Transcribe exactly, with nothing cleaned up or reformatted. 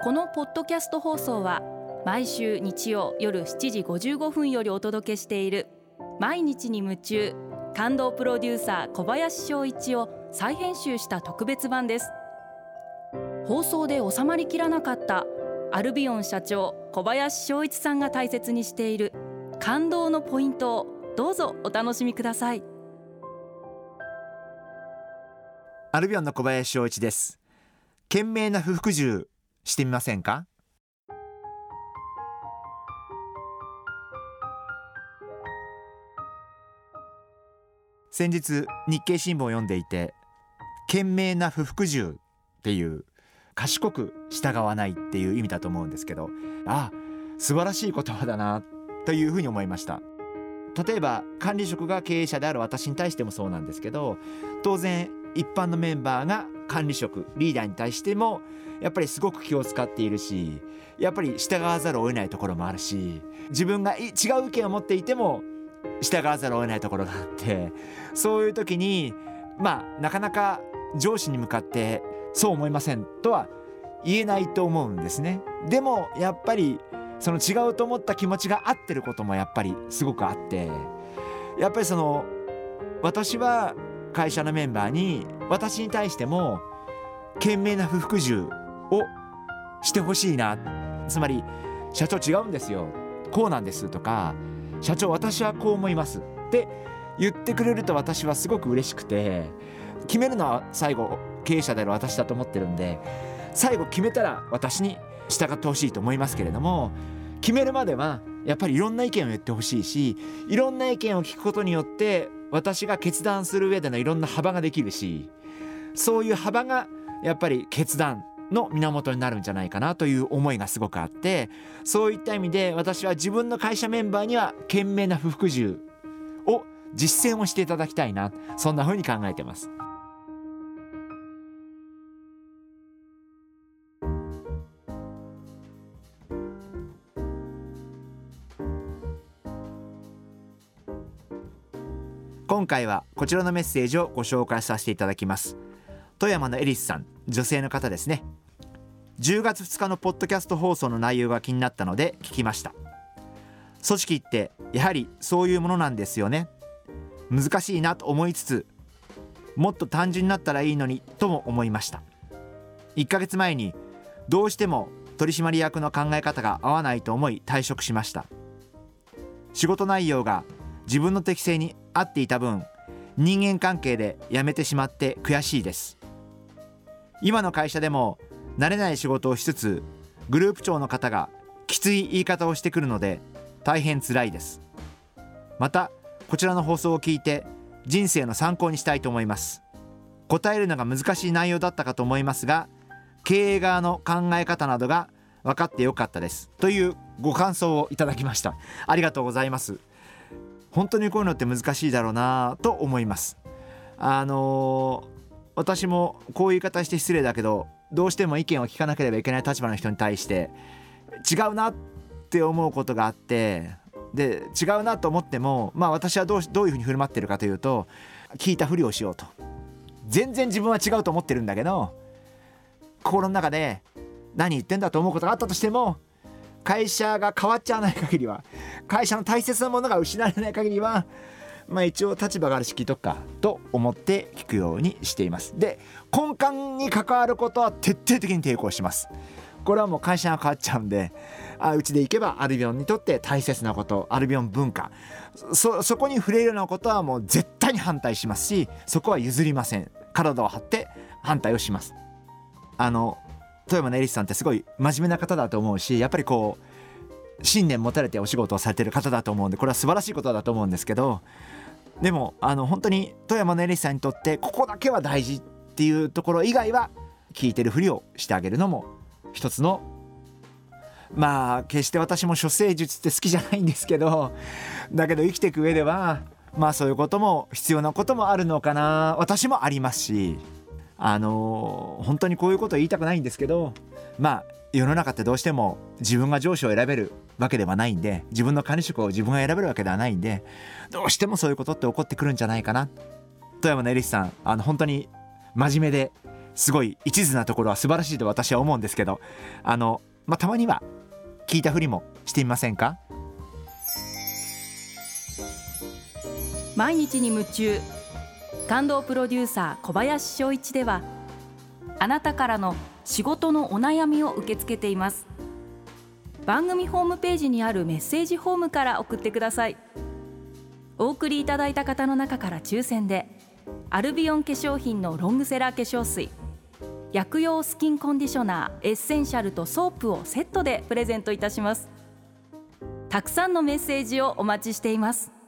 このポッドキャスト放送は毎週日曜夜しちじごじゅうごふんよりお届けしている毎日に夢中感動プロデューサー小林翔一を再編集した特別版です。放送で収まりきらなかったアルビオン社長小林翔一さんが大切にしている感動のポイントをどうぞお楽しみください。 アルビオンの小林翔一です。懸命な不服従してみませんか？先日日経新聞を読んでいて、懸命な不服従っていう賢く従わないっていう意味だと思うんですけど、ああ素晴らしい言葉だなというふうに思いました。例えば管理職が経営者である私に対してもそうなんですけど、当然一般のメンバーが管理職リーダーに対してもやっぱりすごく気を使っているし、やっぱり従わざるを得ないところもあるし、自分が違う意見を持っていても従わざるを得ないところがあって、そういう時にまあなかなか上司に向かってそう思いませんとは言えないと思うんですね。でもやっぱりその違うと思った気持ちが合ってることもやっぱりすごくあって、やっぱりその私は会社のメンバーに私に対しても懸命な不服従をしてほしいな。つまり社長違うんですよ、こうなんですとか、社長私はこう思いますって言ってくれると私はすごく嬉しくて、決めるのは最後経営者である私だと思ってるんで、最後決めたら私に従ってほしいと思いますけれども、決めるまではやっぱりいろんな意見を言ってほしいし、いろんな意見を聞くことによって私が決断する上でのいろんな幅ができるし、そういう幅がやっぱり決断の源になるんじゃないかなという思いがすごくあって、そういった意味で私は自分の会社メンバーには懸命な不服従を実践をしていただきたいな、そんな風に考えています。今回はこちらのメッセージをご紹介させていただきます。富山のエリスさん、女性の方ですね。じゅうがつふつかのポッドキャスト放送の内容が気になったので聞きました。組織ってやはりそういうものなんですよね。難しいなと思いつつ、もっと単純になったらいいのにとも思いました。いっかげつまえにどうしても取締役の考え方が合わないと思い退職しました。仕事内容が自分の適性に合っていた分、人間関係で辞めてしまって悔しいです。今の会社でも慣れない仕事をしつつ、グループ長の方がきつい言い方をしてくるので大変辛いです。またこちらの放送を聞いて人生の参考にしたいと思います。答えるのが難しい内容だったかと思いますが、経営側の考え方などが分かってよかったですというご感想をいただきました。ありがとうございます。本当にこういうのって難しいだろうなと思います。あのー、私もこういう言い方して失礼だけど、どうしても意見を聞かなければいけない立場の人に対して違うなって思うことがあって、で違うなと思っても、まあ私はどう、どういうふうに振る舞ってるかというと、聞いたふりをしようと。全然自分は違うと思ってるんだけど、心の中で何言ってんだと思うことがあったとしても、会社が変わっちゃわない限りは、会社の大切なものが失われない限りは、まあ一応立場があるし聞いとくかと思って聞くようにしています。で、根幹に関わることは徹底的に抵抗します。これはもう会社が変わっちゃうんで、あうちでいけばアルビオンにとって大切なこと、アルビオン文化、 そ, そこに触れるようなことはもう絶対に反対しますし、そこは譲りません。体を張って反対をします。あの富山のエリスさんってすごい真面目な方だと思うし、やっぱりこう信念持たれてお仕事をされている方だと思うんで、これは素晴らしいことだと思うんですけど、でもあの本当に富山のエリスさんにとってここだけは大事っていうところ以外は、聞いてるふりをしてあげるのも一つの、まあ決して私も処世術って好きじゃないんですけど、だけど生きていく上ではまあそういうことも必要なこともあるのかな、私もありますし、あのー、本当にこういうことを言いたくないんですけど、まあ世の中ってどうしても自分が上司を選べるわけではないんで、自分の管理職を自分が選べるわけではないんで、どうしてもそういうことって起こってくるんじゃないかな。富山のエリスさん、あの本当に真面目ですごい一途なところは素晴らしいと私は思うんですけど、あの、まあ、たまには聞いたふりもしてみませんか？ 毎日に夢中、感動プロデューサー小林翔一では、あなたからの仕事のお悩みを受け付けています。番組ホームページにあるメッセージフォームから送ってください。お送りいただいた方の中から抽選でアルビオン化粧品のロングセラー化粧水、薬用スキンコンディショナーエッセンシャルとソープをセットでプレゼントいたします。たくさんのメッセージをお待ちしています。